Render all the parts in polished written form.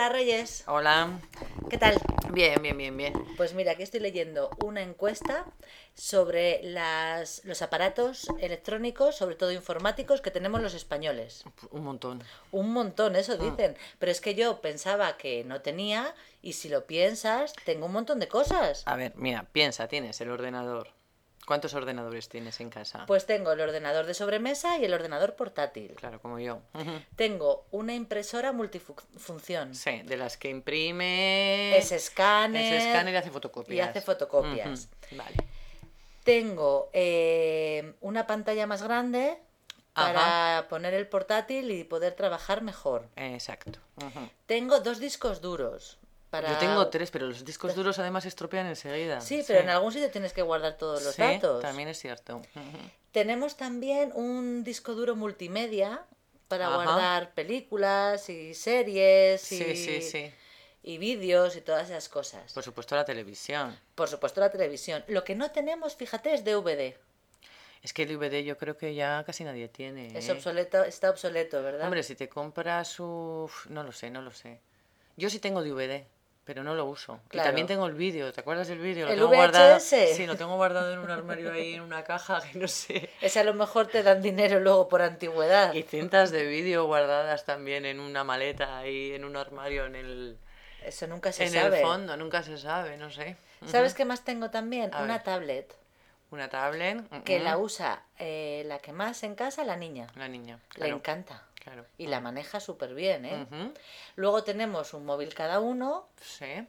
Reyes, Hola. ¿qué tal? Bien, bien, bien, bien. Pues mira, aquí estoy leyendo una encuesta sobre los aparatos electrónicos, sobre todo informáticos, que tenemos los españoles. Un montón. Un montón, eso Mm. dicen. Pero es que yo pensaba que no tenía, y si lo piensas, tengo un montón de cosas. A ver, mira, piensa, tienes el ordenador. ¿Cuántos ordenadores tienes en casa? Pues tengo el ordenador de sobremesa y el ordenador portátil. Claro, como yo. Ujú. Tengo una impresora multifunción. Sí, de las que imprime... Ese escáner. Ese escáner y hace fotocopias. Y hace fotocopias. Ujú. Vale. Tengo una pantalla más grande para poner el portátil y poder trabajar mejor. Exacto. Ujú. Tengo 2 discos duros. Yo tengo 3, pero los discos duros además se estropean enseguida. Sí, pero en algún sitio tienes que guardar todos los datos. También es cierto. Ujú. Tenemos también un disco duro multimedia para Ajá. guardar películas y series Sí. y vídeos y todas esas cosas. Por supuesto la televisión. Por supuesto la televisión. Lo que no tenemos, fíjate, es DVD. Es que el DVD yo creo que ya casi nadie tiene. Es obsoleto, está obsoleto, ¿verdad? Hombre, si te compras no lo sé. Yo sí tengo DVD, pero no lo uso. Claro. Y también tengo el vídeo, ¿te acuerdas del vídeo? Lo ¿El tengo VHS? guardado. Sí, lo tengo guardado en un armario ahí, en una caja, que no sé. Ese a lo mejor te dan dinero luego por antigüedad. Y cintas de vídeo guardadas también en una maleta ahí, en un armario, Eso nunca se en sabe. el fondo, nunca se sabe, no sé. ¿Sabes qué más tengo también? A Una ver. tablet Una tablet. que la usa la que más en casa, la niña. La niña, Le claro. encanta. Claro. Y la maneja súper bien, ¿eh? Ujú. Luego tenemos un móvil cada uno Sí.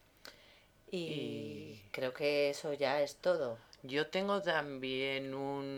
y creo que eso ya es todo. Yo tengo también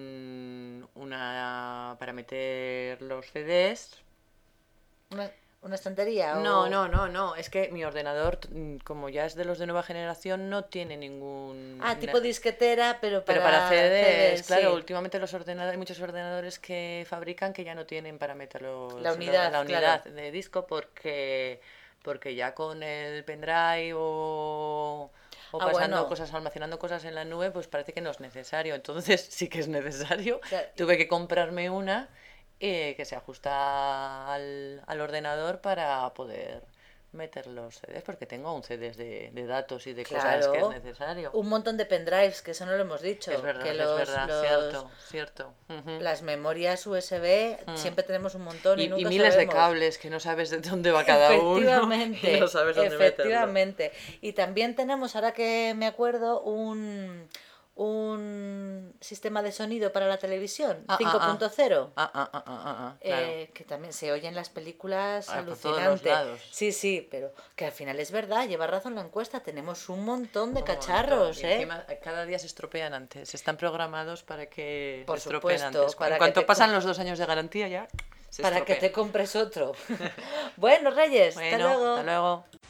una para meter los CDs. ¿Una estantería? No. Es que mi ordenador, como ya es de los de nueva generación, no tiene ningún... Tipo disquetera, pero para CDs, claro, sí. últimamente hay muchos ordenadores que fabrican que ya no tienen para meter La unidad, la unidad claro. de disco porque ya con el pendrive o pasando cosas, almacenando cosas en la nube, pues parece que no es necesario. Entonces sí que es necesario. Tuve que comprarme una que se ajusta al ordenador para poder meter los CDs, porque tengo aún CDs de datos y de cosas que es necesario. Un montón de pendrives, que eso no lo hemos dicho. Es verdad, cierto. Ujú. Las memorias USB, siempre tenemos un montón y nunca y miles sabemos. de cables que no sabes de dónde va cada uno. Efectivamente, Y no sabes dónde efectivamente. Y también tenemos, ahora que me acuerdo, un sistema de sonido para la televisión, 5.0. Claro. Que también se oyen las películas Por alucinante. todos los lados. Sí, pero que al final es verdad, lleva razón la encuesta, tenemos un montón de Un cacharros, montón. Y encima, cada día se estropean antes, están programados para que Por se estropeen supuesto, antes. para En que cuanto pasan los 2 años de garantía ya se para que estropean. te compres otro. Bueno, Reyes, hasta Bueno, luego. hasta luego.